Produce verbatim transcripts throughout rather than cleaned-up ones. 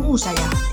Muusajahti.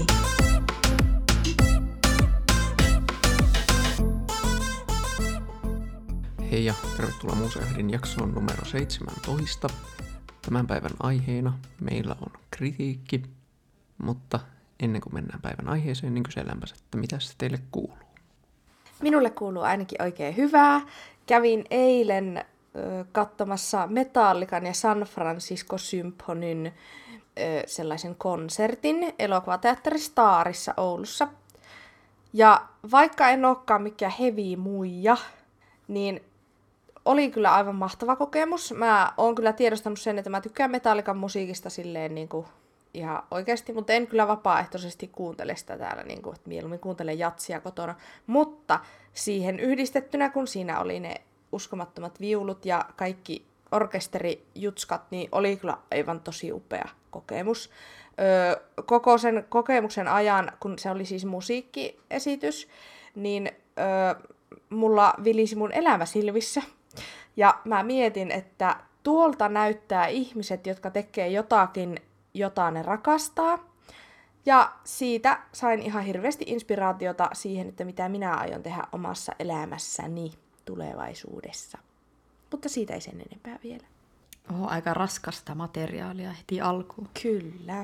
Hei ja tervetuloa Muusajahdin jaksoon numero seitsemäntoista. Tämän päivän aiheena meillä on kritiikki, mutta ennen kuin mennään päivän aiheeseen, niin kyselläänpäs, että mitä se teille kuuluu. Minulle kuuluu ainakin oikein hyvää. Kävin eilen ö, katsomassa Metallican ja San Francisco Symphonyn ö, sellaisen konsertin elokuvateatteri Starissa Oulussa. Ja vaikka en olekaan mikään heavy muija, niin oli kyllä aivan mahtava kokemus. Mä oon kyllä tiedostanut sen, että mä tykkään Metallican musiikista silleen niin kuin ihan oikeasti, mutta en kyllä vapaaehtoisesti kuuntele sitä täällä, niin kuin, että mieluummin kuuntelen jatsia kotona. Mutta siihen yhdistettynä, kun siinä oli ne uskomattomat viulut ja kaikki orkesterijutskat, niin oli kyllä aivan tosi upea kokemus. Öö, koko sen kokemuksen ajan, kun se oli siis musiikkiesitys, niin öö, mulla vilisi mun elämä silmissä. Ja mä mietin, että tuolta näyttää ihmiset, jotka tekee jotakin, jota ne rakastaa. Ja siitä sain ihan hirveästi inspiraatiota siihen, että mitä minä aion tehdä omassa elämässäni tulevaisuudessa. Mutta siitä ei sen enempää vielä. Oho, aika raskasta materiaalia heti alkuun. Kyllä.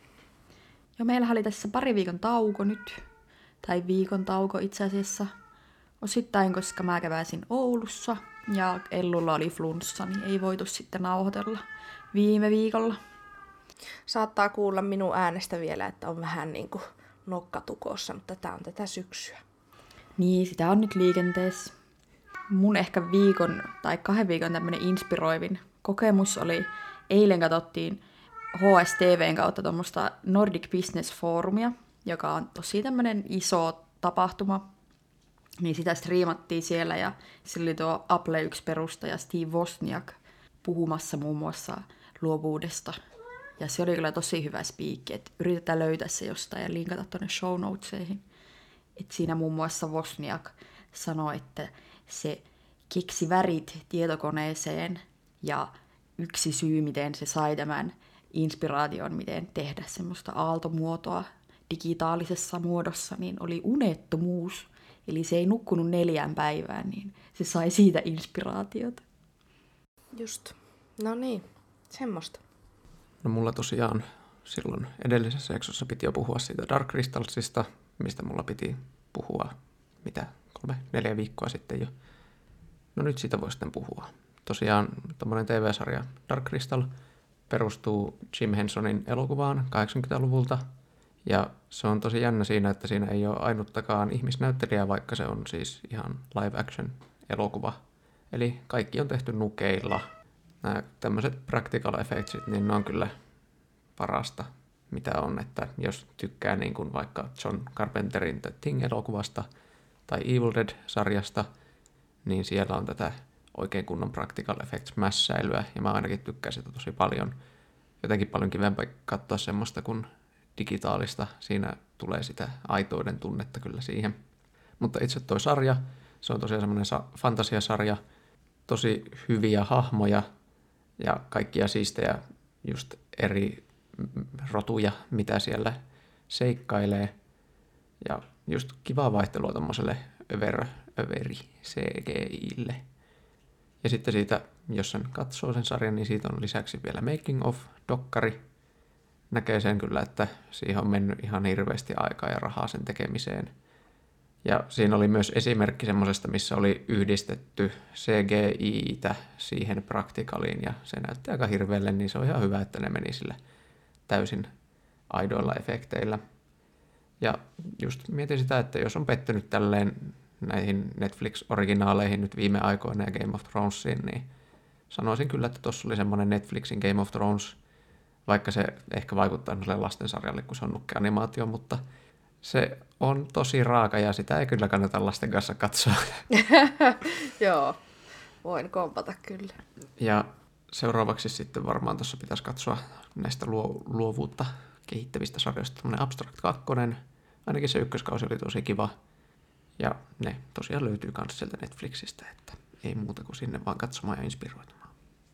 Jo meillähän oli tässä pari viikon tauko nyt. Tai viikon tauko itse asiassa. Osittain, koska mä käväsin Oulussa ja Ellulla oli flunssa, niin ei voitu sitten nauhoitella viime viikolla. Saattaa kuulla minun äänestä vielä, että on vähän niin kuin nokkatukossa, mutta tää on tätä syksyä. Niin, sitä on nyt liikenteessä. Mun ehkä viikon tai kahden viikon tämmönen inspiroivin kokemus oli, eilen katsottiin H S T V:n kautta tuommoista Nordic Business Forumia, joka on tosi tämmönen iso tapahtuma. Niin sitä striimattiin siellä ja sillä oli tuo Apple yksi perustaja Steve Wozniak puhumassa muun muassa luovuudesta. Ja se oli kyllä tosi hyvä spiikki, että yritetään löytää se jostain ja linkata tuonne show notesihin. Et siinä muun muassa Wozniak sanoi, että se keksi värit tietokoneeseen ja yksi syy, miten se sai tämän inspiraation, miten tehdä semmoista aaltomuotoa digitaalisessa muodossa, niin oli unettomuus. Eli se ei nukkunut neljään päivään, niin se sai siitä inspiraatiota. Just. No niin, semmoista. No mulla tosiaan silloin edellisessä jaksossa piti jo puhua siitä Dark Crystalsista, mistä mulla piti puhua, mitä, kolme, neljä viikkoa sitten jo. No nyt siitä voi sitten puhua. Tosiaan tommonen T V-sarja Dark Crystal perustuu Jim Hensonin elokuvaan kahdeksankymmentäluvulta. Ja se on tosi jännä siinä, että siinä ei ole ainuttakaan ihmisnäyttelijää, vaikka se on siis ihan live action elokuva. Eli kaikki on tehty nukeilla. Nämä tämmöiset practical effectsit, niin ne on kyllä parasta, mitä on. Että jos tykkää niin kuin vaikka John Carpenterin The Thing-elokuvasta tai Evil Dead-sarjasta, niin siellä on tätä oikein kunnon practical effects-mässäilyä. Ja mä ainakin tykkään sitä tosi paljon. Jotenkin paljon kivempaa katsoa semmoista kuin digitaalista. Siinä tulee sitä aitouden tunnetta kyllä siihen. Mutta itse toi sarja, se on tosiaan semmoinen sa- fantasiasarja, tosi hyviä hahmoja ja kaikkia siistejä just eri rotuja, mitä siellä seikkailee. Ja just kivaa vaihtelua tommoselle över, överi C G I:lle. Ja sitten siitä, jos sen katsoo sen sarjan, niin siitä on lisäksi vielä making of dokkari. Näkee sen kyllä, että siihen on mennyt ihan hirveästi aikaa ja rahaa sen tekemiseen. Ja siinä oli myös esimerkki semmoisesta, missä oli yhdistetty C G I-tä siihen praktikaliin, ja se näytti aika hirveälle, niin se on ihan hyvä, että ne meni sillä täysin aidoilla efekteillä. Ja just mietin sitä, että jos on pettynyt tälleen näihin Netflix-originaaleihin nyt viime aikoina ja Game of Thronesiin, niin sanoisin kyllä, että tuossa oli semmoinen Netflixin Game of Thrones, vaikka se ehkä vaikuttaa lastensarjalle, kun se on nukkeanimaatio, mutta se on tosi raaka ja sitä ei kyllä kannata lasten kanssa katsoa. Joo, voin kompata kyllä. Ja seuraavaksi sitten varmaan tuossa pitäisi katsoa näistä luo, luovuutta kehittävistä sarjoista tämmöinen Abstract kaksi. Ainakin se ykköskausi oli tosi kiva. Ja ne tosiaan löytyy myös sieltä Netflixistä, että ei muuta kuin sinne vaan katsomaan ja inspiroitumaan.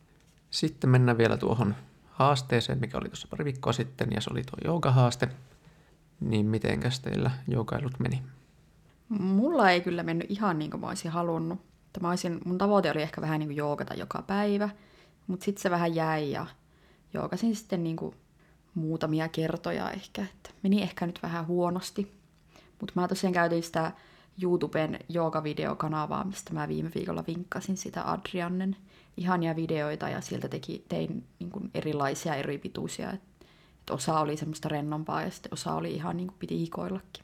Sitten mennään vielä tuohon haasteeseen, mikä oli tuossa pari viikkoa sitten, ja se oli tuo joogahaaste. Niin mitenkäs teillä joogailut meni? Mulla ei kyllä mennyt ihan niin kuin mä olisin halunnut. Mä olisin, mun tavoite oli ehkä vähän niin kuin joogata joka päivä, mutta sitten se vähän jäi ja joogasin sitten niin kuin muutamia kertoja ehkä. Että meni ehkä nyt vähän huonosti. Mutta mä tosiaan käytin sitä YouTuben joogavideokanavaa, mistä mä viime viikolla vinkkasin sitä Adriannen ihania videoita ja sieltä teki, tein niin kuin erilaisia eri pituisia. Et, et osa oli semmoista rennompaa ja sitten osa oli ihan niin kuin piti hikoillakin.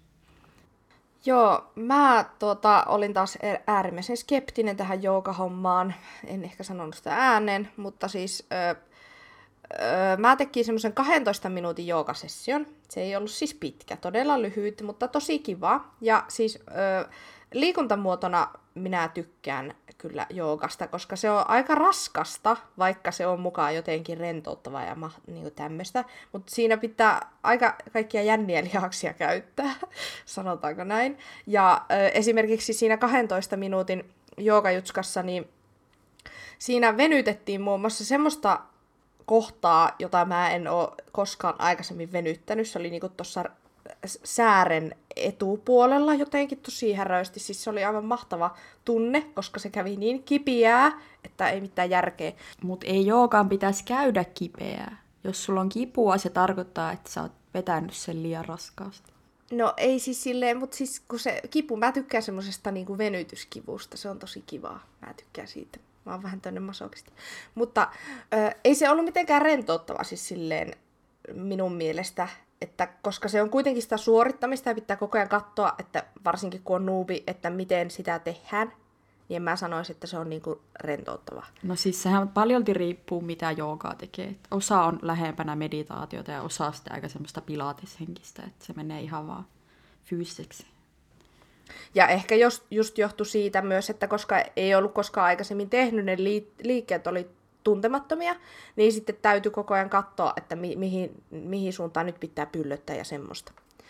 Joo, mä tuota, olin taas äärimmäisen skeptinen tähän joogahommaan. En ehkä sanonut sitä ääneen, mutta siis ö, ö, mä tekin semmoisen kahdentoista minuutin joogasession. Se ei ollut siis pitkä, todella lyhyt, mutta tosi kiva. Ja siis ö, liikuntamuotona minä tykkään kyllä joogasta, koska se on aika raskasta, vaikka se on mukaan jotenkin rentouttavaa ja niin tämmöistä. Mutta siinä pitää aika kaikkia jänniä lihaksia käyttää, sanotaanko näin. Ja ö, esimerkiksi siinä kahdentoista minuutin joogajutskassa, niin siinä venytettiin muun muassa semmoista kohtaa, jota mä en ole koskaan aikaisemmin venyttänyt. Se oli niinku tuossa säären etupuolella jotenkin tosi häröisesti. Siis se oli aivan mahtava tunne, koska se kävi niin kipeää, että ei mitään järkeä. Mut ei joogaan pitäisi käydä kipeää. Jos sulla on kipua, se tarkoittaa, että sä oot vetänyt sen liian raskaasti. No ei siis silleen, mutta siis kun se kipu, mä tykkään semmosesta niinku venytyskivusta, se on tosi kivaa. Mä tykkään siitä. Mä oon vähän tänne masokisti. Mutta ö, ei se ollut mitenkään rentouttava siis silleen minun mielestä, että koska se on kuitenkin sitä suorittamista ja pitää koko ajan katsoa, että varsinkin kun on nuubi, että miten sitä tehdään, niin en mä sanoisi, että se on niinku rentouttava. No siis sehän paljolti riippuu, mitä joogaa tekee. Osa on lähempänä meditaatiota ja osa sitten aika semmoista pilateshenkistä, että se menee ihan vaan fyysiseksi. Ja ehkä just, just johtui siitä myös, että koska ei ollut koskaan aikaisemmin tehnyt, ne liikkeet oli tuntemattomia, niin sitten täytyy koko ajan katsoa, että mi- mihin, mihin suuntaan nyt pitää pyllöttää ja semmoista.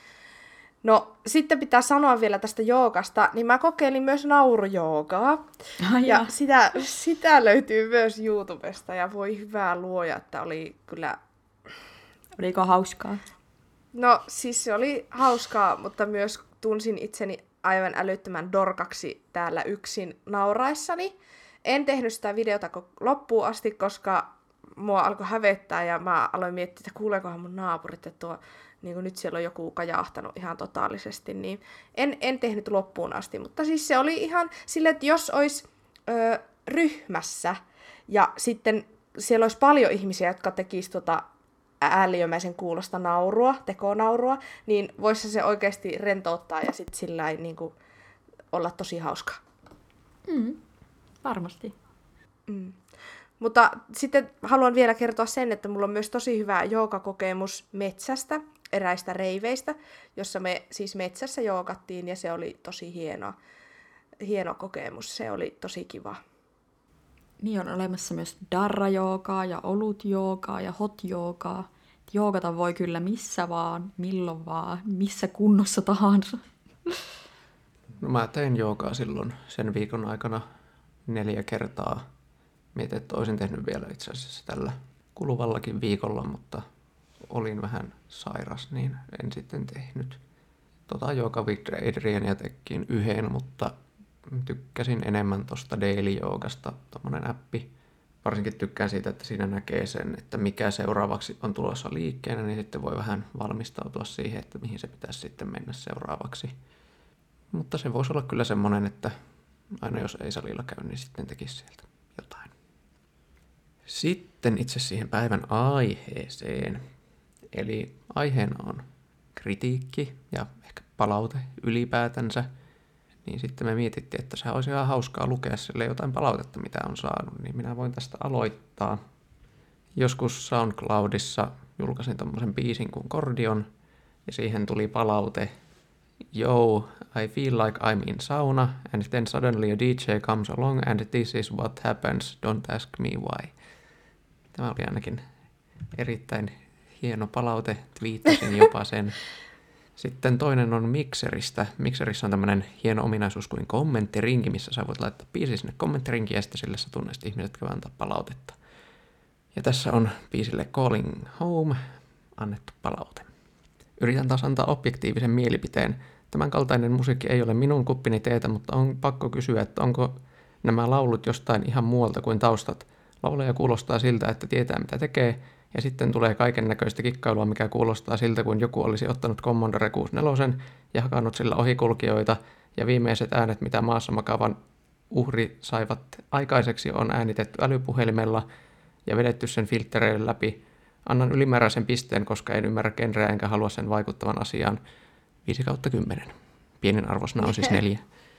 No, sitten pitää sanoa vielä tästä joogasta, niin mä kokeilin myös naurujoogaa. Ah, ja sitä, sitä löytyy myös YouTubesta, ja voi hyvää luoja, että oli kyllä... Oliko hauskaa? No, siis se oli hauskaa, mutta myös tunsin itseni aivan älyttömän dorkaksi täällä yksin nauraissani. En tehnyt sitä videota loppuun asti, koska mua alkoi hävettää ja mä aloin miettiä, että kuuleekohan mun naapurit, että tuo, niin kuin nyt siellä on joku kajahtanut ihan totaalisesti, niin en, en tehnyt loppuun asti. Mutta siis se oli ihan silleen, että jos olisi ö, ryhmässä ja sitten siellä olisi paljon ihmisiä, jotka tekisivät tota ääliömäisen kuulosta naurua, tekonaurua, niin voisi se oikeasti rentouttaa ja sitten sillä niin kuin olla tosi hauskaa. Mm. Varmasti. Mm. Mutta sitten haluan vielä kertoa sen, että mulla on myös tosi hyvä joogakokemus metsästä, eräistä reiveistä, jossa me siis metsässä joogattiin ja se oli tosi hieno, hieno kokemus. Se oli tosi kiva. Niin on olemassa myös darra-joogaa ja olut-joogaa ja hot-joogaa. Joogata voi kyllä missä vaan, milloin vaan, missä kunnossa tahansa. No mä tein joogaa silloin sen viikon aikana neljä kertaa. Mietin, että olisin tehnyt vielä itse asiassa tällä kuluvallakin viikolla, mutta olin vähän sairas, niin en sitten tehnyt. Tota Yoga with Adriania tekin yhden, mutta tykkäsin enemmän tosta Daily Yoogasta, tommonen appi. Varsinkin tykkään siitä, että siinä näkee sen, että mikä seuraavaksi on tulossa liikkeenä, niin sitten voi vähän valmistautua siihen, että mihin se pitäisi sitten mennä seuraavaksi. Mutta se voisi olla kyllä semmoinen, että aina jos ei salilla käy, niin sitten tekisi sieltä jotain. Sitten itse siihen päivän aiheeseen. Eli aiheena on kritiikki ja ehkä palaute ylipäätänsä. Niin sitten me mietittiin, että se olisi ihan hauskaa lukea sille jotain palautetta, mitä on saanut. Niin minä voin tästä aloittaa. Joskus SoundCloudissa julkaisin tommosen biisin kuin Kordion. Ja siihen tuli palaute. Yo, I feel like I'm in sauna, and then suddenly a D J comes along, and this is what happens, don't ask me why. Tämä oli ainakin erittäin hieno palaute, twiittasin jopa sen. Sitten toinen on Mixeristä. Mixerissä on tämmöinen hieno ominaisuus kuin kommenttirinki, missä sä voit laittaa biisi sinne kommenttirinkiin, ja sitten sille satunnaisesti ihmiset, jotka voi antaa palautetta. Ja tässä on biisille Calling Home annettu palaute. Yritän taas antaa objektiivisen mielipiteen. Tämän kaltainen musiikki ei ole minun kuppini teetä, mutta on pakko kysyä, että onko nämä laulut jostain ihan muualta kuin taustat. Laulaja kuulostaa siltä, että tietää mitä tekee, ja sitten tulee kaiken näköistä kikkailua, mikä kuulostaa siltä, kuin joku olisi ottanut Commodore kuusikymmentäneljä ja hakannut sillä ohikulkijoita, ja viimeiset äänet, mitä maassa makavan uhri saivat aikaiseksi, on äänitetty älypuhelimella ja vedetty sen filtreille läpi. Annan ylimääräisen pisteen, koska en ymmärrä genreä enkä halua sen vaikuttavan asiaan. viisi kautta kymmenen. Pienin arvosana on siis neljä.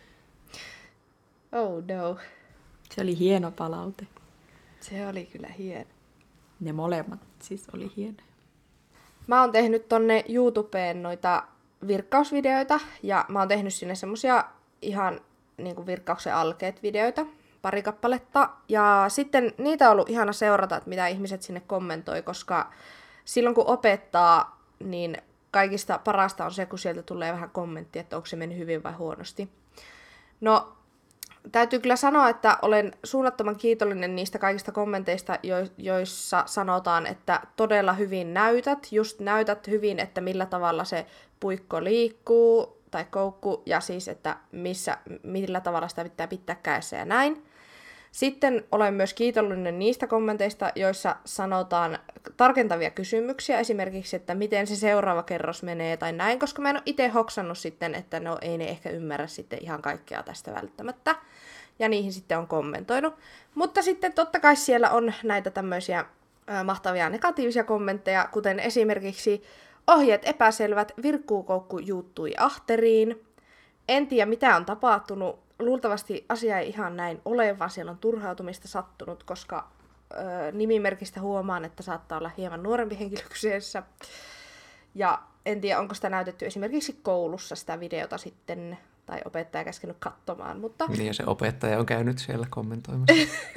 Oh no. Se oli hieno palaute. Se oli kyllä hieno. Ne molemmat siis oli hienoja. Mä oon tehnyt tonne YouTubeen noita virkkausvideoita ja mä oon tehnyt sinne semmosia ihan niinku virkkauksen alkeet videoita, pari kappaletta. Ja sitten niitä on ollut ihana seurata, että mitä ihmiset sinne kommentoi, koska silloin kun opettaa, niin kaikista parasta on se, kun sieltä tulee vähän kommenttia, että onko se mennyt hyvin vai huonosti. No, täytyy kyllä sanoa, että olen suunnattoman kiitollinen niistä kaikista kommenteista, jo- joissa sanotaan, että todella hyvin näytät, just näytät hyvin, että millä tavalla se puikko liikkuu tai koukku, ja siis, että missä, millä tavalla sitä pitää pitää kädessä ja näin. Sitten olen myös kiitollinen niistä kommenteista, joissa sanotaan tarkentavia kysymyksiä, esimerkiksi, että miten se seuraava kerros menee tai näin, koska mä en ole itse hoksannut sitten, että no ei ne ehkä ymmärrä sitten ihan kaikkea tästä välttämättä, ja niihin sitten on kommentoinut. Mutta sitten totta kai siellä on näitä tämmöisiä ö, mahtavia negatiivisia kommentteja, kuten esimerkiksi ohjeet epäselvät, virkkuukoukku juuttui ahteriin, en tiedä mitä on tapahtunut. Luultavasti asia ei ihan näin ole, vaan siellä on turhautumista sattunut, koska ö, nimimerkistä huomaan, että saattaa olla hieman nuorempi henkilö kyseessä. Ja en tiedä, onko sitä näytetty esimerkiksi koulussa sitä videota sitten, tai opettaja käskenyt katsomaan, mutta... Niin, ja se opettaja on käynyt siellä kommentoimassa.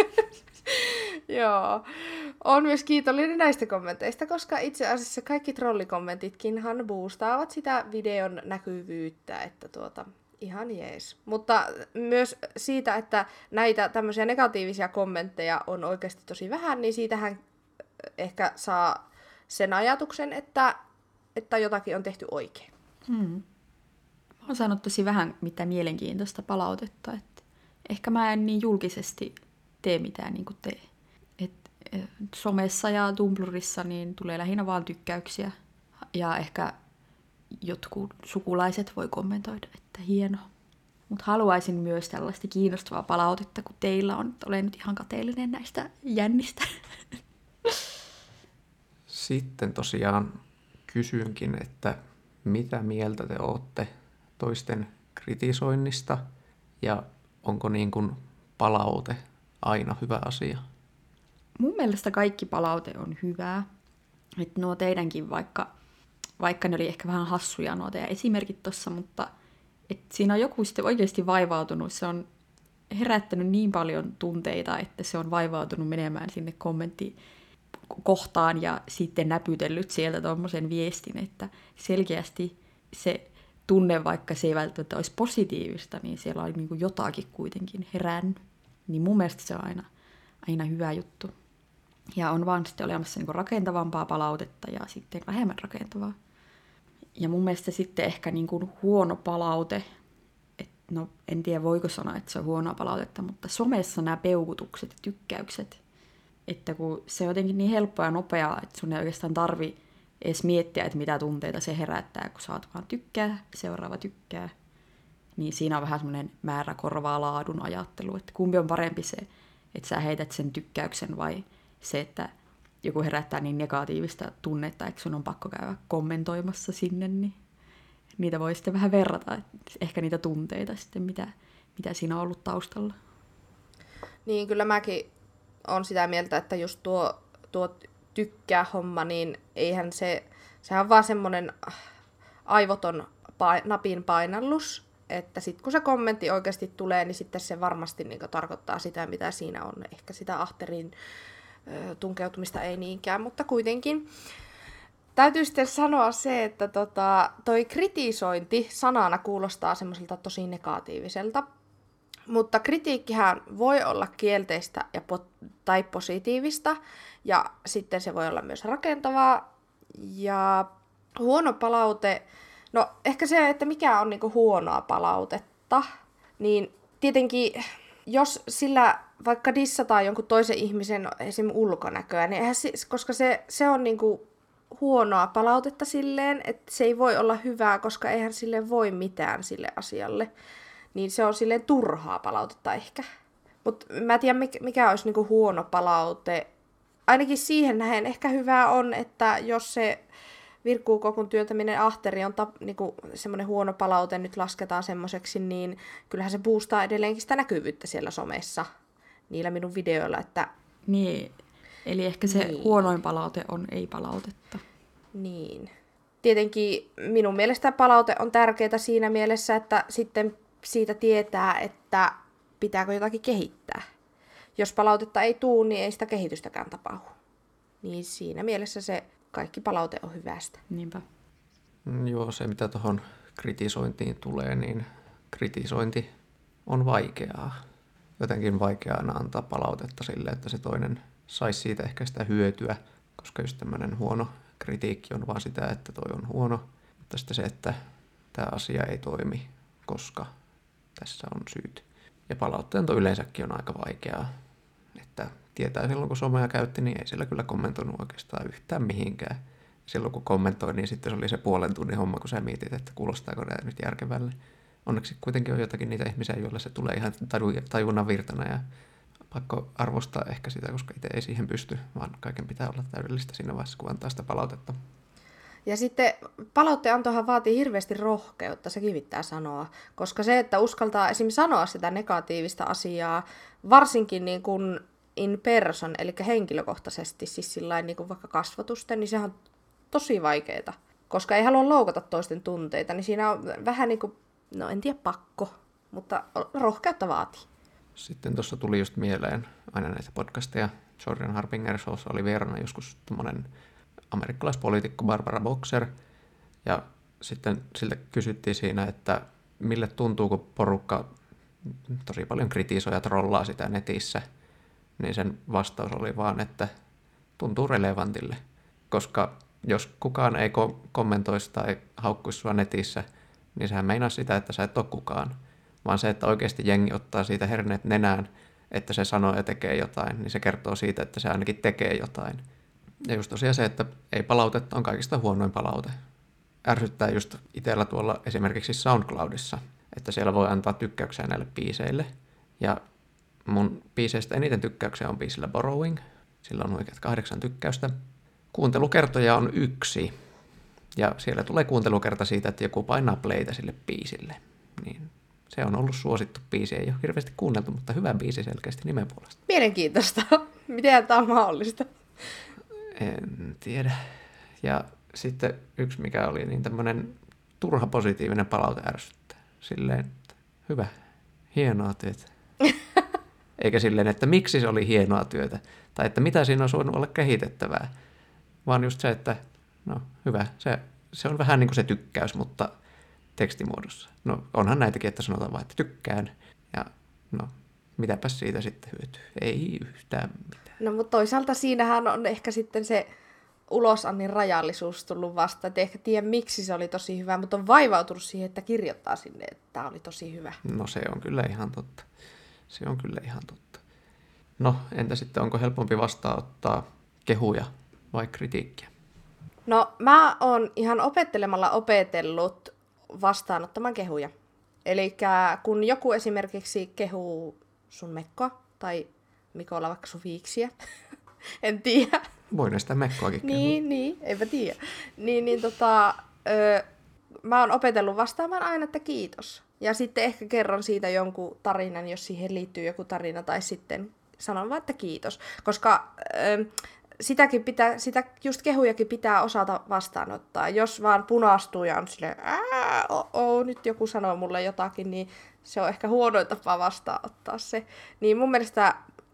Joo. Olen myös kiitollinen näistä kommenteista, koska itse asiassa kaikki trollikommentitkinhan boostaavat sitä videon näkyvyyttä, että tuota... Ihan jees. Mutta myös siitä, että näitä tämmöisiä negatiivisia kommentteja on oikeasti tosi vähän, niin siitähän ehkä saa sen ajatuksen, että, että jotakin on tehty oikein. Hmm. Mä oon saanut tosi vähän mitään mielenkiintoista palautetta. Että ehkä mä en niin julkisesti tee mitään niin kuin tee. Et, et, somessa ja Tumblrissa niin tulee lähinnä vaan tykkäyksiä. Ja ehkä jotkut sukulaiset voi kommentoida, että hienoa. Mutta haluaisin myös tällaista kiinnostavaa palautetta, kun teillä on. Olen nyt ihan kateellinen näistä jännistä. Sitten tosiaan kysynkin, että mitä mieltä te olette toisten kritisoinnista ja onko niin kuin palaute aina hyvä asia? Mun mielestä kaikki palaute on hyvää. Että nuo teidänkin vaikka, vaikka ne oli ehkä vähän hassuja nuo teidän esimerkit tuossa, mutta et siinä on joku sitten oikeasti vaivautunut. Se on herättänyt niin paljon tunteita, että se on vaivautunut menemään sinne kommenttikohtaan ja sitten näpytellyt sieltä tuommoisen viestin, että selkeästi se tunne, vaikka se ei välttämättä olisi positiivista, niin siellä on niin kuin jotakin kuitenkin herännyt. Niin mun mielestä se on aina, aina hyvä juttu. Ja on vaan sitten olemassa niin kuin rakentavampaa palautetta ja sitten vähemmän rakentavaa. Ja mun mielestä sitten ehkä niin kuin huono palaute, et no en tiedä voiko sanoa, että se on huonoa palautetta, mutta somessa nämä peukutukset ja tykkäykset, että kun se on jotenkin niin helppoa ja nopeaa, että sun ei oikeastaan tarvi edes miettiä, että mitä tunteita se herättää, kun saat vaan tykkää, seuraava tykkää, niin siinä on vähän semmoinen määrä korvaa laadun ajattelu, että kumpi on parempi se, että sä heität sen tykkäyksen vai se, että joku herättää niin negatiivista tunnetta, että sun on pakko käydä kommentoimassa sinne, niin niitä voi sitten vähän verrata, ehkä niitä tunteita sitten, mitä, mitä siinä on ollut taustalla. Niin, kyllä mäkin olen sitä mieltä, että just tuo, tuo tykkää homma, niin eihän se, sehän on vaan semmoinen aivoton pain, napin painallus, että sitten kun se kommentti oikeasti tulee, niin sitten se varmasti niin kuin tarkoittaa sitä, mitä siinä on. Ehkä sitä ahteriin tunkeutumista ei niinkään, mutta kuitenkin. Täytyy sitten sanoa se, että tota, toi kritisointi sanana kuulostaa semmoiselta tosi negatiiviselta, mutta kritiikkihän voi olla kielteistä ja po- tai positiivista, ja sitten se voi olla myös rakentavaa, ja huono palaute, no ehkä se, että mikä on niinku huonoa palautetta, niin tietenkin jos sillä vaikka dissataan jonkun toisen ihmisen esim. Ulkonäköä, niin eihän se, koska se, se on niinku huonoa palautetta silleen, että se ei voi olla hyvää, koska eihän sille voi mitään sille asialle. Niin se on silleen turhaa palautetta ehkä. Mutta mä en tiedä, mikä olisi niinku huono palaute. Ainakin siihen nähen ehkä hyvää on, että jos se virkkuukokun työntäminen ahteri on ta- niinku semmoinen huono palaute, nyt lasketaan semmoiseksi, niin kyllähän se boostaa edelleenkin sitä näkyvyyttä siellä somessa niillä minun videoilla, että... Niin, eli ehkä se niin. Huonoin palaute on ei-palautetta. Niin. Tietenkin minun mielestä palaute on tärkeää siinä mielessä, että sitten siitä tietää, että pitääkö jotakin kehittää. Jos palautetta ei tule, niin ei sitä kehitystäkään tapahdu. Niin siinä mielessä se kaikki palaute on hyvästä. Niinpä. Joo, se mitä tuohon kritisointiin tulee, niin kritisointi on vaikeaa. Jotenkin vaikeaa aina antaa palautetta sille, että se toinen saisi siitä ehkä sitä hyötyä, koska just tämmöinen huono kritiikki on vaan sitä, että toi on huono, mutta sitten se, että tämä asia ei toimi, koska tässä on syyt. Ja palautteento yleensäkin on aika vaikeaa, että tietää silloin kun somea käytti, niin ei siellä kyllä kommentoinut oikeastaan yhtään mihinkään. Silloin kun kommentoi, niin sitten se oli se puolen tunnin homma, kun sä mietit, että kuulostaako tämä nyt järkevälle. Onneksi kuitenkin on jotakin niitä ihmisiä, joilla se tulee ihan tajunnan virtana ja pakko arvostaa ehkä sitä, koska itse ei siihen pysty, vaan kaiken pitää olla täydellistä siinä vaiheessa, kun antaa sitä palautetta. Ja sitten palautteenantohan vaatii hirveästi rohkeutta, sekin pitää sanoa, koska se, että uskaltaa esimerkiksi sanoa sitä negatiivista asiaa, varsinkin niin kuin in person, eli henkilökohtaisesti, siis sillain niin kuin vaikka kasvatusten, niin sehän on tosi vaikeaa, koska ei halua loukata toisten tunteita, niin siinä on vähän niin kuin, no en tiedä pakko, mutta rohkeutta vaatii. Sitten tuossa tuli just mieleen aina näitä podcasteja. Jordan Harbinger Showssa oli vieraana joskus tommonen amerikkalaispoliitikko Barbara Boxer, ja sitten siltä kysyttiin siinä, että mille tuntuu, kun porukka tosi paljon kritisoi ja trollaa sitä netissä, niin sen vastaus oli vaan, että tuntuu relevantille, koska jos kukaan ei ko- kommentoisi tai haukkuisi sua netissä, niin sehän meinaa sitä, että sä et ole kukaan, vaan se, että oikeasti jengi ottaa siitä herneet nenään, että se sanoo ja tekee jotain, niin se kertoo siitä, että se ainakin tekee jotain. Ja just tosiaan se, että ei palautetta on kaikista huonoin palaute. Ärsyttää just itsellä tuolla esimerkiksi SoundCloudissa, että siellä voi antaa tykkäyksiä näille biiseille. Ja mun biiseistä eniten tykkäyksiä on biisillä Borrowing. Sillä on oikeat kahdeksan tykkäystä. Kuuntelukertoja on yksi. Ja siellä tulee kuuntelukerta siitä, että joku painaa playtä sille biisille. Niin se on ollut suosittu biisi. Ei ole hirveästi kuunneltu, mutta hyvä biisi selkeästi nimen puolesta. Mielenkiintoista. Miten tämä on mahdollista? En tiedä. Ja sitten yksi, mikä oli niin tämmöinen turha positiivinen palaute ärsyttää. Silleen, että hyvä, hienoa työtä. Eikä silleen, että miksi se oli hienoa työtä. Tai että mitä siinä on voinut olla kehitettävää. Vaan just se, että no hyvä, se, se on vähän niin kuin se tykkäys, mutta tekstimuodossa. No onhan näitäkin, että sanotaan vaan, että tykkään. Ja no mitäpäs siitä sitten hyötyy. Ei yhtään mitään. No mutta toisaalta siinähän on ehkä sitten se ulosannin rajallisuus tullut vasta. Et ehkä tiedä miksi se oli tosi hyvä, mutta on vaivautunut siihen, että kirjoittaa sinne, että tämä oli tosi hyvä. No se on kyllä ihan totta. Se on kyllä ihan totta. No entä sitten, onko helpompi vastaanottaa kehuja vai kritiikkiä? No mä oon ihan opettelemalla opetellut vastaanottamaan kehuja. Eli kun joku esimerkiksi kehuu sun mekkoa tai Mikolla vaikka sun viiksiä, en tiedä. Voin sitä mekkoakin kehua. Niin, niin, eipä tiedä. Niin, niin tota, ö, mä oon opetellut vastaamaan aina, että kiitos. Ja sitten ehkä kerron siitä jonkun tarinan, jos siihen liittyy joku tarina, tai sitten sanon vaan, että kiitos. Koska ö, sitäkin pitää, sitä just kehujakin pitää osata vastaanottaa. Jos vaan punastuu ja on silleen, ää, oh, oh, nyt joku sanoo mulle jotakin, niin se on ehkä huonoin tapa vastaanottaa se. Niin mun mielestä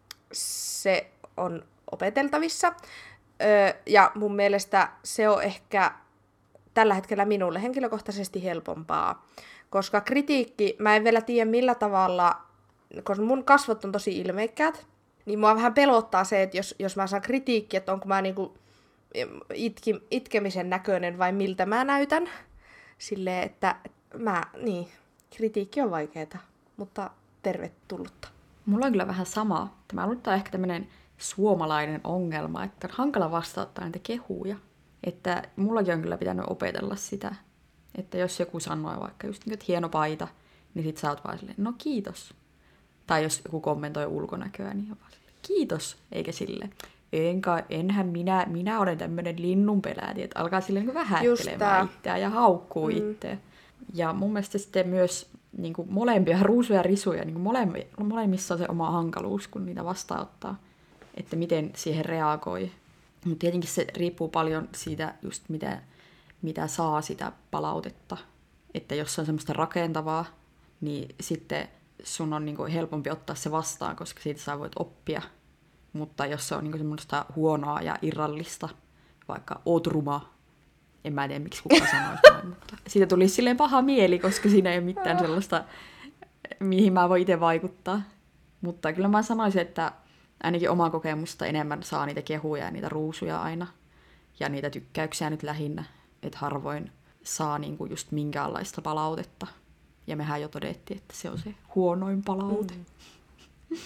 se on opeteltavissa. Öö, ja mun mielestä se on ehkä tällä hetkellä minulle henkilökohtaisesti helpompaa. Koska kritiikki, mä en vielä tiedä millä tavalla, koska mun kasvot on tosi ilmeikkäät, niin mua vähän pelottaa se, että jos, jos mä saan kritiikkiä, että onko mä niinku itki, itkemisen näköinen vai miltä mä näytän. Silleen, että mä, niin, kritiikki on vaikeeta, mutta tervetullutta. Mulla on kyllä vähän sama. Tämä on ehkä tämmöinen suomalainen ongelma, että on hankala vastauttaa näitä kehuja. Että mullakin on kyllä pitänyt opetella sitä, että jos joku sanoo vaikka just niin, että hieno paita, niin sit sä oot vaan silleen, no kiitos. Tai jos joku kommentoi ulkonäköä, niin on vaan silleen, kiitos, eikä silleen. Enkä, enhän minä, minä olen tämmöinen linnunpeläti, että alkaa silleen niin vähättelemään itseään ja haukkuu mm. itseä. Ja mun mielestä sitten myös niin kuin molempia ruusuja ja risuja, niin kuin molemmi, molemmissa on se oma hankaluus, kun niitä vastaanottaa, että miten siihen reagoi. Mutta tietenkin se riippuu paljon siitä, just mitä, mitä saa sitä palautetta. Että jos se on semmoista rakentavaa, niin sitten sun on niin kuin helpompi ottaa se vastaan, koska siitä sä voit oppia. Mutta jos se on niin semmoista huonoa ja irrallista, vaikka oot ruma, en mä tiedä miksi kukaan sanoisi noin, mutta siitä tuli silleen paha mieli, koska siinä ei ole mitään sellaista, mihin mä voin itse vaikuttaa. Mutta kyllä mä sanoisin, että ainakin omaa kokemusta enemmän saa niitä kehuja ja niitä ruusuja aina. Ja niitä tykkäyksiä nyt lähinnä, että harvoin saa niinku just minkäänlaista palautetta. Ja mehän jo todettiin, että se on se huonoin palaute. Mm.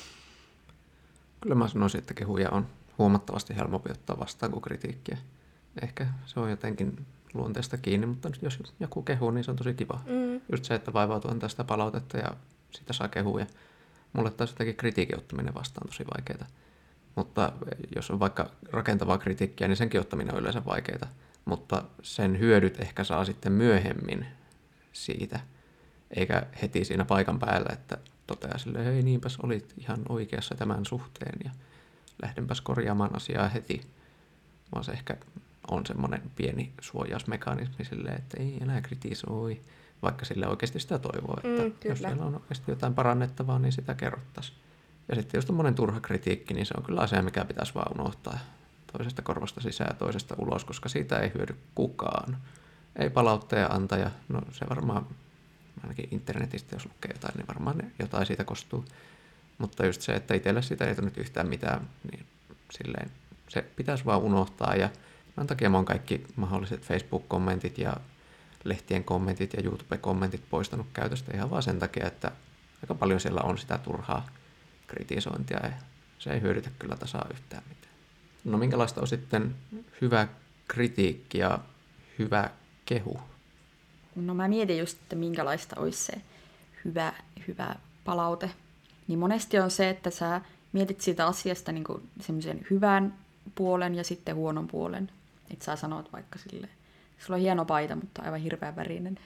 Kyllä mä sanoisin, että kehuja on huomattavasti helpompi ottaa vastaan kuin kritiikkiä. Ehkä se on jotenkin luonteesta kiinni, mutta jos joku kehuu, niin se on tosi kiva. Mm. Just se, että vaivautuu antaa sitä palautetta ja sitä saa kehuja. Mulle taas jotenkin kritiikin ottaminen vastaan tosi vaikeaa. Mutta jos on vaikka rakentavaa kritiikkiä, niin senkin ottaminen on yleensä vaikeaa. Mutta sen hyödyt ehkä saa sitten myöhemmin siitä, eikä heti siinä paikan päällä, että toteaa silleen, hei niinpäs olit ihan oikeassa tämän suhteen ja lähdenpäs korjaamaan asiaa heti. Vaan se ehkä on semmoinen pieni suojausmekanismi silleen, että ei enää kritisoi, vaikka sille oikeasti sitä toivoo, että mm, jos siellä on oikeasti jotain parannettavaa, niin sitä kerrottaisiin. Ja sitten jos tommoinen turha kritiikki, niin se on kyllä asia, mikä pitäisi vaan unohtaa toisesta korvasta sisään ja toisesta ulos, koska siitä ei hyödy kukaan. Ei palautteja antaja, no se varmaan, ainakin internetistä jos lukee jotain, niin varmaan jotain siitä kostuu. Mutta just se, että itselle siitä ei tule nyt yhtään mitään, niin silleen se pitäisi vaan unohtaa. Ja tämän takia mä oon kaikki mahdolliset Facebook-kommentit ja lehtien kommentit ja YouTube-kommentit poistanut käytöstä ihan vaan sen takia, että aika paljon siellä on sitä turhaa kritisointia ja se ei hyödytä kyllä tasaa yhtään mitään. No minkälaista on sitten hyvä kritiikki ja hyvä kehu? No mä mietin just, että minkälaista olisi se hyvä, hyvä palaute. Niin monesti on se, että sä mietit siitä asiasta niin kuin semmoisen hyvän puolen ja sitten huonon puolen. Että sä sanot vaikka silleen, sulla on hieno paita, mutta aivan hirveän värinen.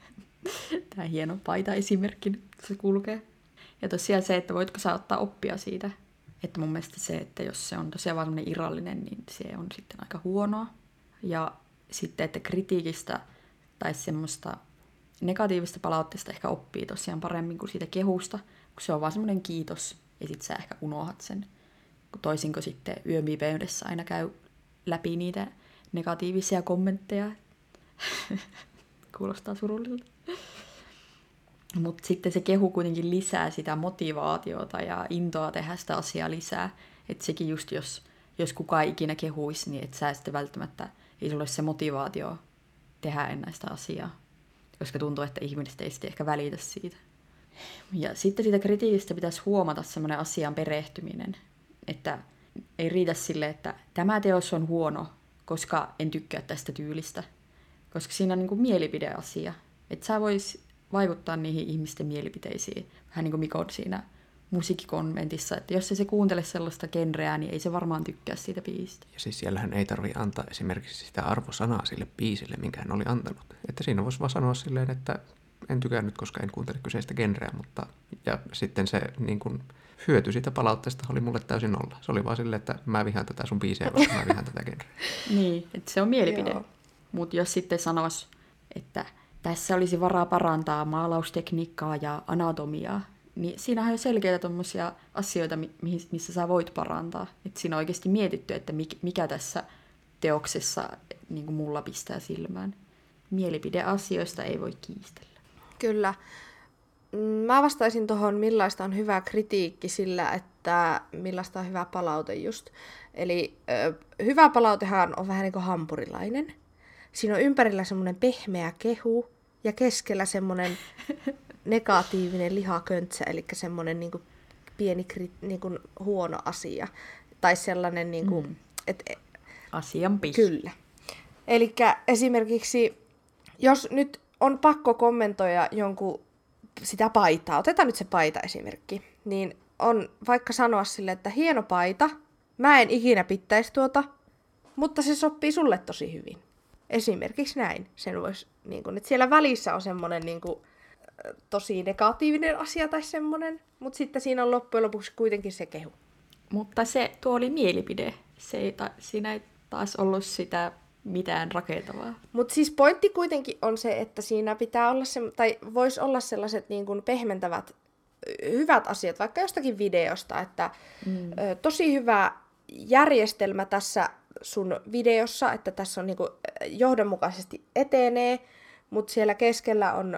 Tämä hieno paita esimerkkinä, se kulkee. Ja tosiaan se, että voitko sä ottaa oppia siitä. Että mun mielestä se, että jos se on tosiaan vaan semmoinen irrallinen, niin se on sitten aika huonoa. Ja sitten, että kritiikistä tai semmoista negatiivista palautteesta ehkä oppii tosiaan paremmin kuin siitä kehusta, kun se on vaan semmoinen kiitos, ja sit sä ehkä unohat sen. Toisin kuin sitten yön pimeydessä aina käy läpi niitä negatiivisia kommentteja. Kuulostaa surulliselta. Mutta sitten se kehu kuitenkin lisää sitä motivaatiota ja intoa tehdä sitä asiaa lisää. Että sekin just, jos, jos kukaan ikinä kehuisi, niin et sä sitten välttämättä, ei sulle se motivaatio tehdä enää sitä asiaa. Koska tuntuu, että ihmiset ei sitten ehkä välitä siitä. Ja sitten siitä kritiikistä pitäisi huomata semmoinen asian perehtyminen. Että ei riitä sille, että tämä teos on huono, koska en tykkää tästä tyylistä. Koska siinä on niin kuin mielipideasia. Että sä vois vaikuttaa niihin ihmisten mielipiteisiin. Vähän niin kuin Mikon siinä musiikkikonventissa, että jos se kuuntele sellaista genreä, niin ei se varmaan tykkää siitä biisistä. Ja siis siellähän ei tarvitse antaa esimerkiksi sitä arvosanaa sille biisille, minkä hän oli antanut. Että siinä voisi vaan sanoa silleen, että en tykännyt, koska en kuuntele kyseistä genreä, mutta ja sitten se niin kuin hyöty siitä palautteesta oli mulle täysin nolla. Se oli vaan silleen, että mä vihaan tätä sun biisiä, koska mä vihaan tätä genreä. Niin, että se on mielipide. Mutta jos sitten sanoisi, että tässä olisi varaa parantaa maalaustekniikkaa ja anatomiaa, niin siinähän on selkeitä tommosia asioita, missä sä voit parantaa. Että siinä on oikeasti mietitty, että mikä tässä teoksessa niin kuin mulla pistää silmään. Mielipideasioista ei voi kiistellä. Kyllä. Mä vastaisin tuohon, millaista on hyvä kritiikki sillä, että että millaista on hyvä palaute just. Eli ö, hyvä palautehan on vähän niin kuin hampurilainen. Siinä on ympärillä semmoinen pehmeä kehu ja keskellä semmoinen negatiivinen lihaköntsä, eli semmoinen niin kuin pieni niin kuin huono asia. Tai sellainen, niin kuin, mm. että... Asian pis. Kyllä. Eli esimerkiksi, jos nyt on pakko kommentoida jonkun sitä paitaa, otetaan nyt se paita esimerkki, niin on vaikka sanoa sille, että hieno paita, mä en ikinä pitäisi tuota, mutta se sopii sulle tosi hyvin. Esimerkiksi näin. Sen vois, niin kun, että siellä välissä on semmoinen niin kun, tosi negatiivinen asia tai semmoinen, mutta sitten siinä on loppujen lopuksi kuitenkin se kehu. Mutta se, tuo oli mielipide. Se ei ta- siinä ei taas ollut sitä mitään rakentavaa. Mutta siis pointti kuitenkin on se, että siinä pitää olla se, tai voisi olla sellaiset niin kuin pehmentävät hyvät asiat, vaikka jostakin videosta, että mm. ö, tosi hyvä järjestelmä tässä sun videossa, että tässä on niin kuin johdonmukaisesti etenee, mutta siellä keskellä on ö,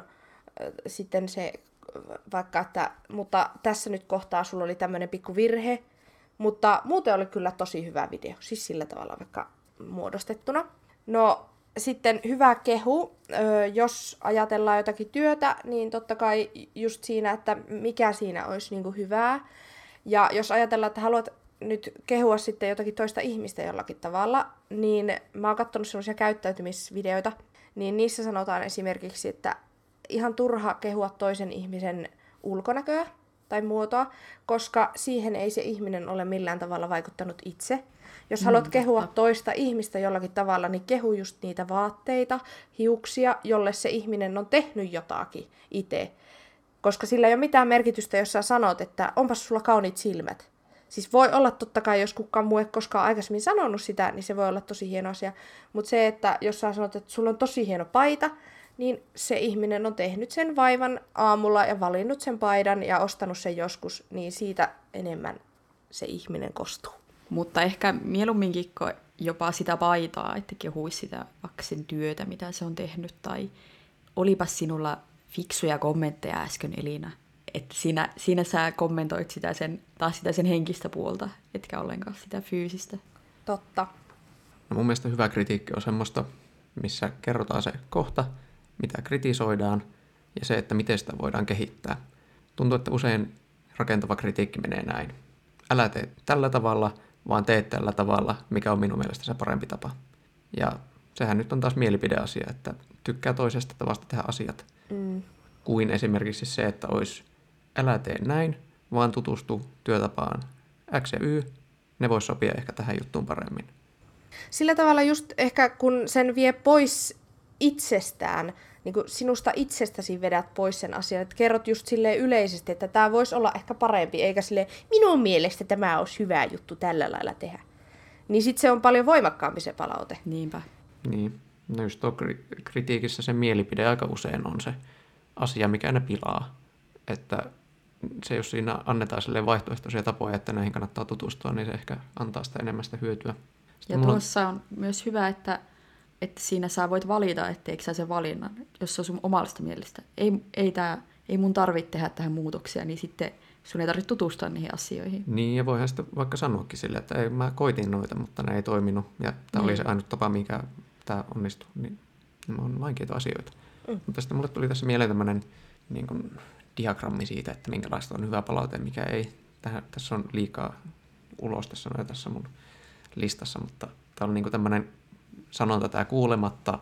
sitten se, vaikka että, mutta tässä nyt kohtaa sulla oli tämmöinen pikku virhe, mutta muuten oli kyllä tosi hyvä video, siis sillä tavalla vaikka muodostettuna. No sitten hyvä kehu, jos ajatellaan jotakin työtä, niin totta kai just siinä, että mikä siinä olisi niinku hyvää. Ja jos ajatellaan, että haluat nyt kehua sitten jotakin toista ihmistä jollakin tavalla, niin mä oon katsonut sellaisia käyttäytymisvideoita, niin niissä sanotaan esimerkiksi, että ihan turha kehua toisen ihmisen ulkonäköä tai muotoa, koska siihen ei se ihminen ole millään tavalla vaikuttanut itse. Jos mm, haluat kehua totta. toista ihmistä jollakin tavalla, niin kehu just niitä vaatteita, hiuksia, jolle se ihminen on tehnyt jotakin itse. Koska sillä ei ole mitään merkitystä, jos sä sanot, että onpas sulla kauniit silmät. Siis voi olla totta kai, jos kukaan muu ei koskaan aikaisemmin sanonut sitä, niin se voi olla tosi hieno asia. Mutta se, että jos sä sanot, että sulla on tosi hieno paita, niin se ihminen on tehnyt sen vaivan aamulla ja valinnut sen paidan ja ostanut sen joskus, niin siitä enemmän se ihminen kostuu. Mutta ehkä mieluumminkin jopa sitä paitaa, että kehuisi sitä vaikka sen työtä, mitä se on tehnyt, tai olipas sinulla fiksuja kommentteja äsken, Elina. Että siinä, siinä sä kommentoit sitä sen, taas sitä sen henkistä puolta, etkä ollenkaan sitä fyysistä. Totta. No mun mielestä hyvä kritiikki on semmoista, missä kerrotaan se kohta, mitä kritisoidaan, ja se, että miten sitä voidaan kehittää. Tuntuu, että usein rakentava kritiikki menee näin. Älä tee tällä tavalla, vaan tee tällä tavalla, mikä on minun mielestä se parempi tapa. Ja sehän nyt on taas mielipideasia, että tykkää toisesta tavasta tehdä asiat. Mm. Kuin esimerkiksi se, että olisi älä tee näin, vaan tutustu työtapaan X ja Y. Ne vois sopia ehkä tähän juttuun paremmin. Sillä tavalla just ehkä kun sen vie pois itsestään, niin kuin sinusta itsestäsi vedät pois sen asian, että kerrot just silleen yleisesti, että tämä voisi olla ehkä parempi, eikä silleen, minun mielestä tämä olisi hyvä juttu tällä lailla tehdä. Niin sitten se on paljon voimakkaampi se palaute. Niinpä. Niin. No just tuo kritiikissä se mielipide aika usein on se asia, mikä ne pilaa. Että se, jos siinä annetaan silleen vaihtoehtoisia tapoja, että näihin kannattaa tutustua, niin se ehkä antaa sitä enemmän sitä hyötyä. Sitten ja tuossa on myös hyvä, että että siinä sä voit valita, etteikö sä sen valinnan, jos se on sun omasta mielestä. Ei, ei, tää, ei mun tarvitse tehdä tähän muutoksia, niin sitten sun ei tarvitse tutustua niihin asioihin. Niin, ja voihan sitten vaikka sanoakin sille, että ei, mä koitin noita, mutta ne ei toiminut, ja tämä niin. oli se ainut tapa, mikä tämä onnistui. Niin ne on vaikeita asioita. Mm. Mutta sitten mulle tuli tässä mieleen tämmöinen niin kuin diagrammi siitä, että minkälaista on hyvä palaute, mikä ei. Tähän, tässä on liikaa ulos tässä, no, tässä mun listassa, mutta tämä on niin kuin tämmöinen sanonta, tämä kuulematta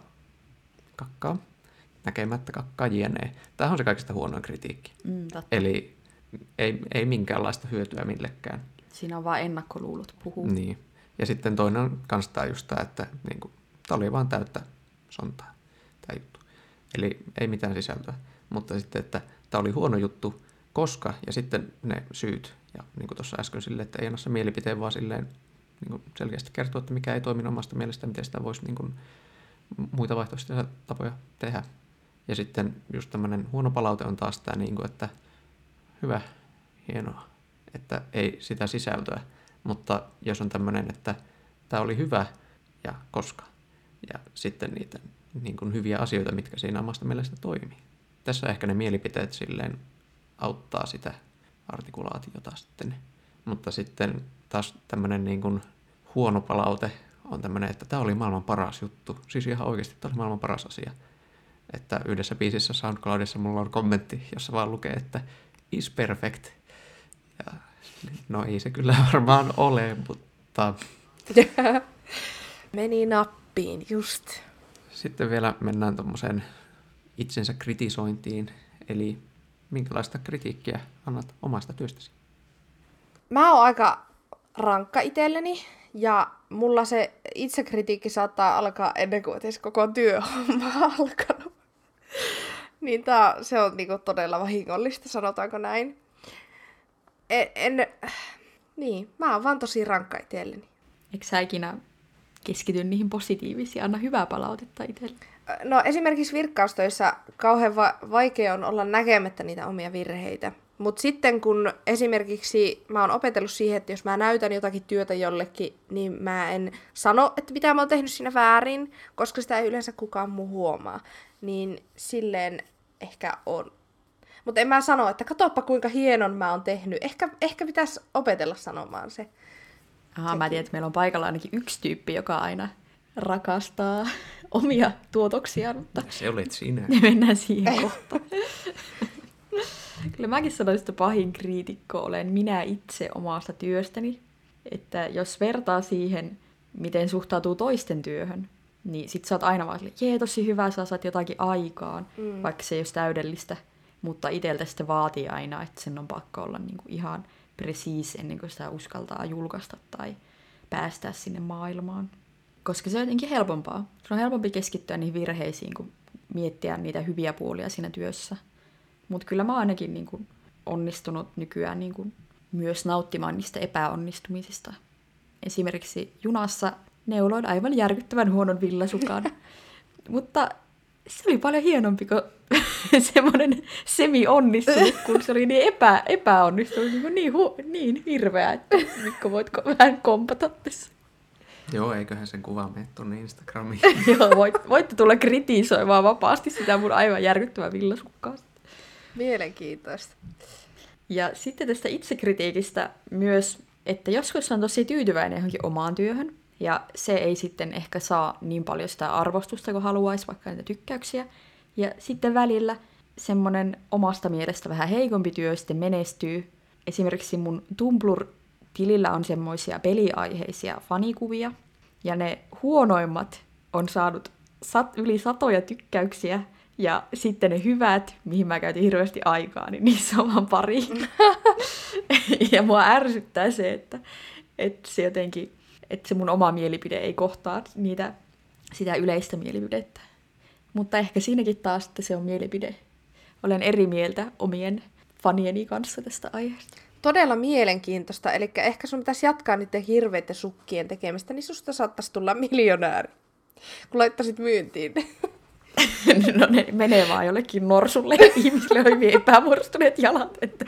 kakkaa, näkemättä kakkaa jne. Tämähän on se kaikista huonoin kritiikki. Mm, Eli ei, ei minkäänlaista hyötyä millekään. Siinä on vaan ennakkoluulot puhuu. Niin. Ja sitten toinen on kans tämä just tämä, että niin kuin, tämä oli vaan täyttä sontaa, tämä juttu. Eli ei mitään sisältöä. Mutta sitten, että tämä oli huono juttu, koska, ja sitten ne syyt. Ja niin kuin tuossa äsken silleen, että ei anna se mielipiteen, vaan silleen, niin kuin selkeästi kertoo, että mikä ei toiminut omasta mielestä, miten sitä voisi niin kuin muita vaihtoehtoisia tapoja tehdä. Ja sitten just tämmöinen huono palaute on taas tämä, niin kuin, että hyvä, hienoa, että ei sitä sisältöä. Mutta jos on tämmöinen, että tämä oli hyvä ja koska, ja sitten niitä niin kuin hyviä asioita, mitkä siinä omasta mielestä toimii. Tässä ehkä ne mielipiteet silleen auttaa sitä artikulaatiota sitten Mutta sitten taas tämmöinen niin kuin huono palaute on tämmöinen, että tämä oli maailman paras juttu. Siis ihan oikeasti tämä oli maailman paras asia. Että yhdessä biisissä SoundCloudissa mulla on kommentti, jossa vaan lukee, että is perfect. Ja, no ei se kyllä varmaan ole, mutta... Meni nappiin, just. Sitten vielä mennään tuommoiseen itsensä kritisointiin, eli minkälaista kritiikkiä annat omasta työstäsi? Mä oon aika rankka itselleni, ja mulla se itsekritiikki saattaa alkaa ennen kuin edes koko työhomma on alkanut. Niin tää, se on niinku todella vahingollista, sanotaanko näin. En, en, niin, mä oon vaan tosi rankka itselleni. Eikö sä ikinä keskity niihin positiivisiin, anna hyvää palautetta itselle? No esimerkiksi virkkaustöissä kauhean va- vaikea on olla näkemättä niitä omia virheitä. Mutta sitten kun esimerkiksi mä oon opetellut siihen, että jos mä näytän jotakin työtä jollekin, niin mä en sano, että mitä mä oon tehnyt siinä väärin, koska sitä ei yleensä kukaan muu huomaa. Niin silleen ehkä on. Mutta en mä sano, että katoppa kuinka hienon mä oon tehnyt. Ehkä, ehkä pitäisi opetella sanomaan se. Aha, mä tiedän, että meillä on paikalla ainakin yksi tyyppi, joka aina rakastaa omia tuotoksiaan, mutta Se olet sinä. me mennään siihen kohtaan. Kyllä mäkin sanoisin, että pahin kriitikko olen minä itse omasta työstäni. Että jos vertaa siihen, miten suhtautuu toisten työhön, niin sit sä oot aina vaan silleen, jee, tosi hyvä, sä saat jotakin aikaan, mm. vaikka se ei ole täydellistä. Mutta iteltä sitten vaatii aina, että sen on pakko olla niinku ihan presiis ennen kuin sitä uskaltaa julkaista tai päästää sinne maailmaan. Koska se on jotenkin helpompaa. Se on helpompi keskittyä niihin virheisiin, kuin miettiä niitä hyviä puolia siinä työssä. Mutta kyllä mä oon ainakin niin kuin onnistunut nykyään niin kuin myös nauttimaan niistä epäonnistumisista. Esimerkiksi junassa neuloin aivan järkyttävän huonon villasukan. Mutta se oli paljon hienompi kuin semmoinen semi-onnistunut, kun se oli niin epä, epäonnistunut, niin, niin, hu, niin hirveä, että Mikko, voitko vähän kompata tässä? Joo, eiköhän sen kuva mene tuonne Instagramiin. Joo, voit, voitte tulla kritisoimaan vapaasti sitä mun aivan järkyttävää villasukkaa. Mielenkiintoista. Ja sitten tästä itsekritiikistä myös, että joskus on tosi tyytyväinen johonkin omaan työhön, ja se ei sitten ehkä saa niin paljon sitä arvostusta kuin haluaisi, vaikka niitä tykkäyksiä. Ja sitten välillä semmoinen omasta mielestä vähän heikompi työ sitten menestyy. Esimerkiksi mun Tumblr-tilillä on semmoisia peliaiheisia fanikuvia, ja ne huonoimmat on saanut sat- yli satoja tykkäyksiä, ja sitten ne hyvät, mihin mä käytin hirveästi aikaa, niin niissä on vaan pari. Ja mua ärsyttää se, että, että se jotenkin, että se mun oma mielipide ei kohtaa niitä, sitä yleistä mielipidettä. Mutta ehkä siinäkin taas, että se on mielipide. Olen eri mieltä omien fanieni kanssa tästä aiheesta. Todella mielenkiintoista, eli ehkä sun pitäisi jatkaa niiden hirveiden sukkien tekemistä, niin susta saattaisi tulla miljonääri, kun laittaisit myyntiin. No ne menee vaan jollekin norsulle, ihmisille on hyvin epämuodostuneet jalat, että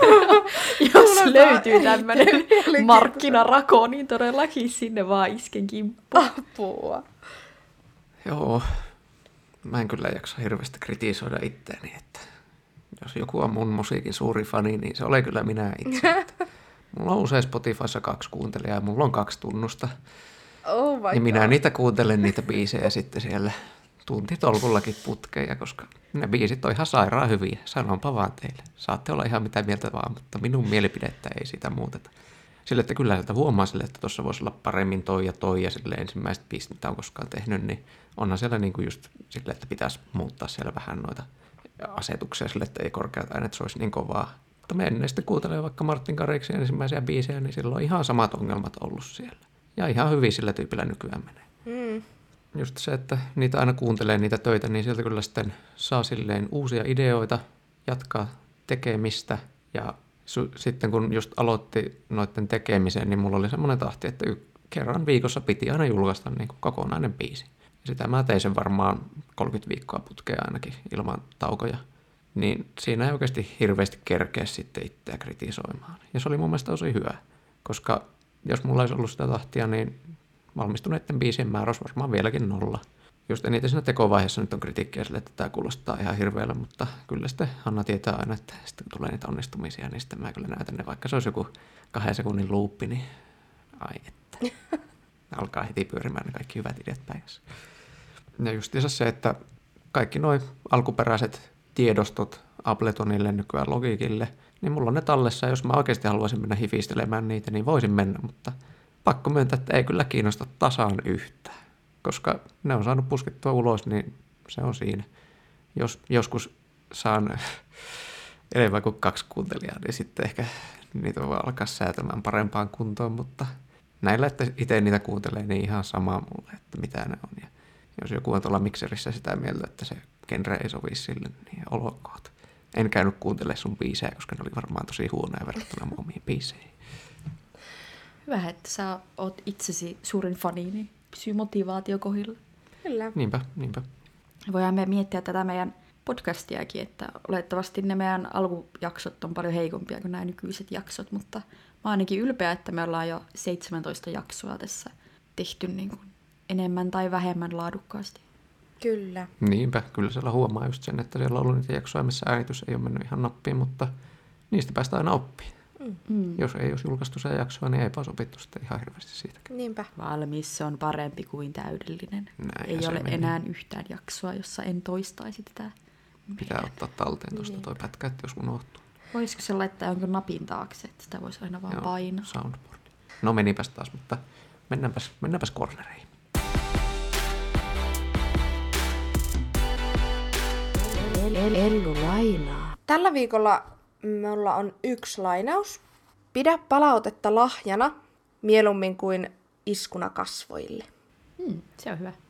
jos löytyy tämmöinen markkinarako, niin todellakin sinne vaan isken kimppuun. Apua. Joo, mä en kyllä jaksa hirveästi kritisoida itteeni, että jos joku on mun musiikin suuri fani, niin se ole kyllä minä itse. Että mulla on usein Spotifyssa kaksi kuuntelijaa ja mulla on kaksi tunnusta. Oh my niin minä God. niitä kuuntelen niitä biisejä sitten siellä tuntitolkullakin putkeja, koska ne biisit on ihan sairaan hyviä. Sanonpa vaan teille. Saatte olla ihan mitä mieltä vaan, mutta minun mielipidettä ei sitä muuteta. Sille, että kyllä sieltä huomaa sille, että tuossa voisi olla paremmin toi ja toi ja sille ensimmäiset biisit, mitä on koskaan tehnyt, niin onhan siellä niinku just sille, että pitäisi muuttaa siellä vähän noita asetuksia sille, että ei korkeat äänet olisi niin kovaa. Mutta me ennen sitten kuuntelee vaikka Martin Garrixin ensimmäisiä biisejä, niin silloin on ihan samat ongelmat ollut siellä. Ja ihan hyvin sillä tyypillä nykyään menee. Mm. Just se, että niitä aina kuuntelee niitä töitä, niin sieltä kyllä sitten saa silleen uusia ideoita, jatkaa tekemistä. Ja su- sitten kun just aloitti noiden tekemisen, niin mulla oli semmoinen tahti, että y- kerran viikossa piti aina julkaista niin kuin kokonainen biisi. Ja sitä mä tein sen varmaan kolmekymmentä viikkoa putkea ainakin ilman taukoja. Niin siinä ei oikeasti hirveästi kerkeä sitten itseä kritisoimaan. Ja se oli mun mielestä tosi hyvä, koska jos mulla olisi ollut sitä tahtia, niin valmistuneiden biisien määrä olisi varmaan vieläkin nolla. just eniten siinä tekovaiheessa nyt on kritiikkiä sille, että tämä kuulostaa ihan hirveällä, mutta kyllä sitten Hanna tietää aina, että sitten kun tulee niitä onnistumisia, niin sitten mä kyllä näytän ne, vaikka se olisi joku kahden sekunnin luuppi, niin ai että. Alkaa heti pyörimään ne kaikki hyvät ideat päivässä. Ja justiinsa se, että kaikki nuo alkuperäiset tiedostot Abletonille, nykyään Logicille, niin mulla on ne tallessa, ja jos mä oikeasti haluaisin mennä hifistelemään niitä, niin voisin mennä, mutta pakko myöntää, että ei kyllä kiinnosta tasaan yhtään, koska ne on saanut puskettua ulos, niin se on siinä. Jos joskus saan enemmän kuin kaksi kuuntelijaa, niin sitten ehkä niitä voi alkaa säätämään parempaan kuntoon, mutta näillä, että itse niitä kuuntelee, niin ihan sama mulle, että mitä ne on. Ja jos joku on tuolla mikserissä sitä mieltä, että se genre ei sovi sille, niin olkoot. En käynyt kuuntelemaan sun biisejä, koska ne oli varmaan tosi huonoja verrattuna mun omiin biiseihin. Hyvä, että sä oot itsesi suurin fani, niin pysyy motivaatio kohdilla. Kyllä. Niinpä, niinpä. Voidaan me miettiä tätä meidän podcastiakin, että olettavasti ne meidän alkujaksot on paljon heikompia kuin nämä nykyiset jaksot, mutta mä oon ainakin ylpeä, että me ollaan jo seitsemäntoista jaksoa tässä tehty niin kuin enemmän tai vähemmän laadukkaasti. Kyllä. Niinpä, kyllä siellä huomaa just sen, että siellä on ollut niitä jaksoja, missä äänitys ei ole mennyt ihan nappiin, mutta niistä päästään aina oppiin. Mm. Jos ei olisi julkaistu se jaksoa, niin eipä olisi opittu sitten ihan hirveästi siitäkin. Niinpä. Valmis on parempi kuin täydellinen. Näin, ei ole meni. enää yhtään jaksoa, jossa en toistaisi tätä. Pitää ottaa talteen tuosta toi pätkä, että jos unohtuu. Voisiko se laittaa jonkun napin taakse, että sitä voisi aina vaan Joo, painaa? soundboard. No menipäs taas, mutta mennäänpäs, mennäänpäs cornereihin. Ellu lainaa. Tällä viikolla minulla on yksi lainaus. Pidä palautetta lahjana mieluummin kuin iskuna kasvoille. Hmm, se on hyvä.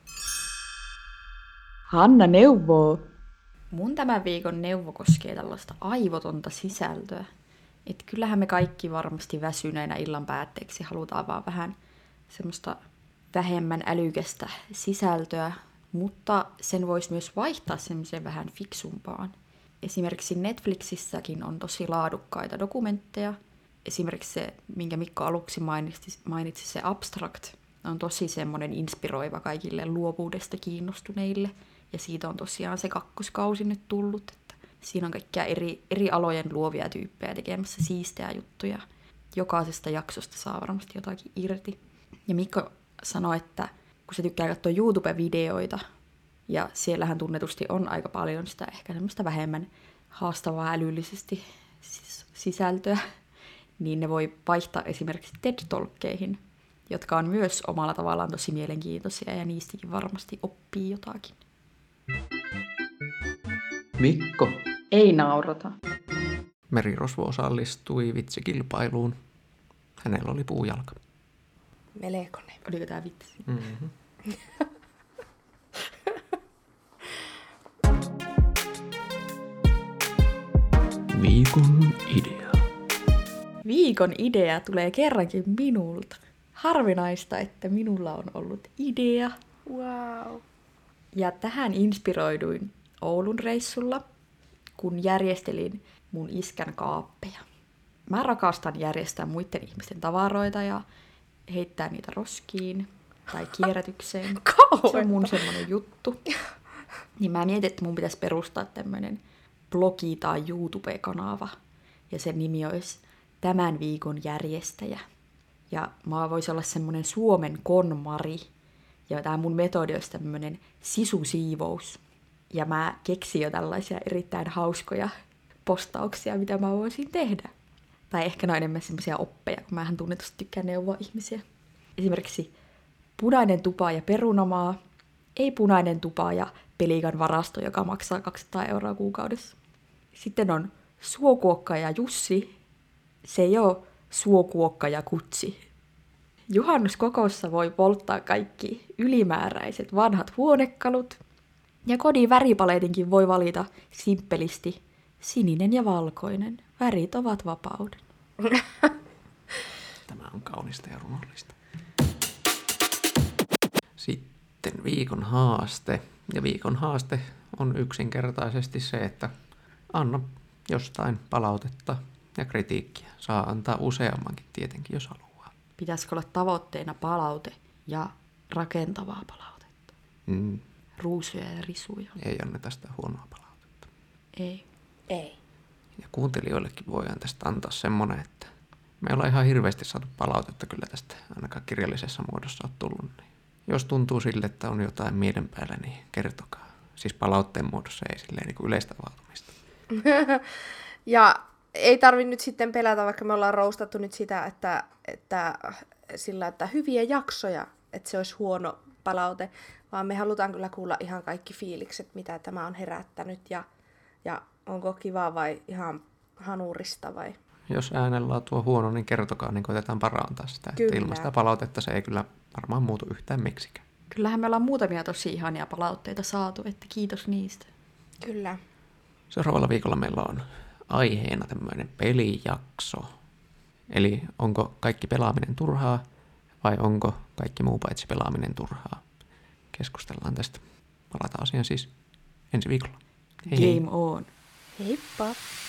Hanna neuvoo. Mun tämän viikon neuvo koskee tällaista aivotonta sisältöä. Et kyllähän me kaikki varmasti väsyneinä illan päätteeksi halutaan vaan vähän semmoista vähemmän älykästä sisältöä, mutta sen voisi myös vaihtaa semmoiseen vähän fiksumpaan. Esimerkiksi Netflixissäkin on tosi laadukkaita dokumentteja. Esimerkiksi se, minkä Mikko aluksi mainitsi, mainitsi se Abstract, on tosi semmoinen inspiroiva kaikille luovuudesta kiinnostuneille. Ja siitä on tosiaan se kakkoskausi nyt tullut, että siinä on kaikkia eri, eri alojen luovia tyyppejä tekemässä siistejä juttuja. Jokaisesta jaksosta saa varmasti jotakin irti. Ja Mikko sanoi, että kun se tykkää katsoa YouTube-videoita, ja siellähän tunnetusti on aika paljon sitä ehkä semmoista vähemmän haastavaa älyllisesti sisältöä, niin ne voi vaihtaa esimerkiksi TED-talkkeihin, jotka on myös omalla tavallaan tosi mielenkiintoisia, ja niistäkin varmasti oppii jotakin. Mikko. Ei naurata. Merirosvo osallistui vitsikilpailuun. Hänellä oli puujalka. Melkoinen. Oliko tää vitsi? Mm-hmm. Viikon idea. Viikon idea tulee kerrankin minulta. Harvinaista, että minulla on ollut idea. Wow. Ja tähän inspiroiduin Oulun reissulla, kun järjestelin mun iskän kaappeja. Mä rakastan järjestää muiden ihmisten tavaroita ja heittää niitä roskiin tai kierrätykseen. Se on mun semmonen juttu. Niin mä mietin, että mun pitäisi perustaa tämmönen blogi tai YouTube-kanava. Ja sen nimi olisi Tämän viikon järjestäjä. Ja mä voisin olla semmonen Suomen konmari. Ja tää mun metodi olisi tämmönen sisusiivous. Ja mä keksin jo tällaisia erittäin hauskoja postauksia, mitä mä voisin tehdä. Tai ehkä ne on enemmän semmoisia oppeja, kun mähän tunnetusti tykkään neuvoa ihmisiä. Esimerkiksi punainen tupa ja perunamaa, ei punainen tupa ja pelikan varasto, joka maksaa kaksisataa euroa kuukaudessa. Sitten on suokuokka ja Jussi, se ei ole suokuokka ja kutsi. Juhannuskokoussa voi polttaa kaikki ylimääräiset vanhat huonekalut. Ja kodin väripaletinkin voi valita simppelisti sininen ja valkoinen. Värit ovat vapauden. Tämä on kaunista ja runollista. Sitten viikon haaste. Ja viikon haaste on yksinkertaisesti se, että anna jostain palautetta ja kritiikkiä. Saa antaa useammankin tietenkin, jos haluaa. Pitäisikö olla tavoitteena palaute ja rakentavaa palautetta? Mm. ruusuja ja risuja. Ei anneta sitä huonoa palautetta. Ei. Ei. Ja kuuntelijoillekin voidaan tästä antaa semmoinen, että me ei olla ihan hirveästi saatu palautetta kyllä tästä, ainakaan kirjallisessa muodossa on tullut. Niin jos tuntuu sille, että on jotain mielen päällä, niin kertokaa. Siis palautteen muodossa, ei silleen niin kuin yleistä avautumista. Ja ei tarvi nyt sitten pelätä, vaikka me ollaan roustattu nyt sitä, että, että sillä, että hyviä jaksoja, että se olisi huono palaute, vaan me halutaan kyllä kuulla ihan kaikki fiilikset, mitä tämä on herättänyt ja, ja onko kivaa vai ihan hanurista vai... Jos äänenlaatu on huono, niin kertokaa, niin koitetaan parantaa sitä. Että Kyllä. ilman sitä palautetta se ei kyllä varmaan muutu yhtään miksikään. Kyllähän me ollaan muutamia tosi ihania palautteita saatu, että kiitos niistä. Kyllä. Seuraavalla viikolla meillä on aiheena tämmöinen pelijakso. Eli onko kaikki pelaaminen turhaa vai onko kaikki muu paitsi pelaaminen turhaa? Keskustellaan tästä. Palataan asiaan siis ensi viikolla. Hei hei. Game on. Heippa!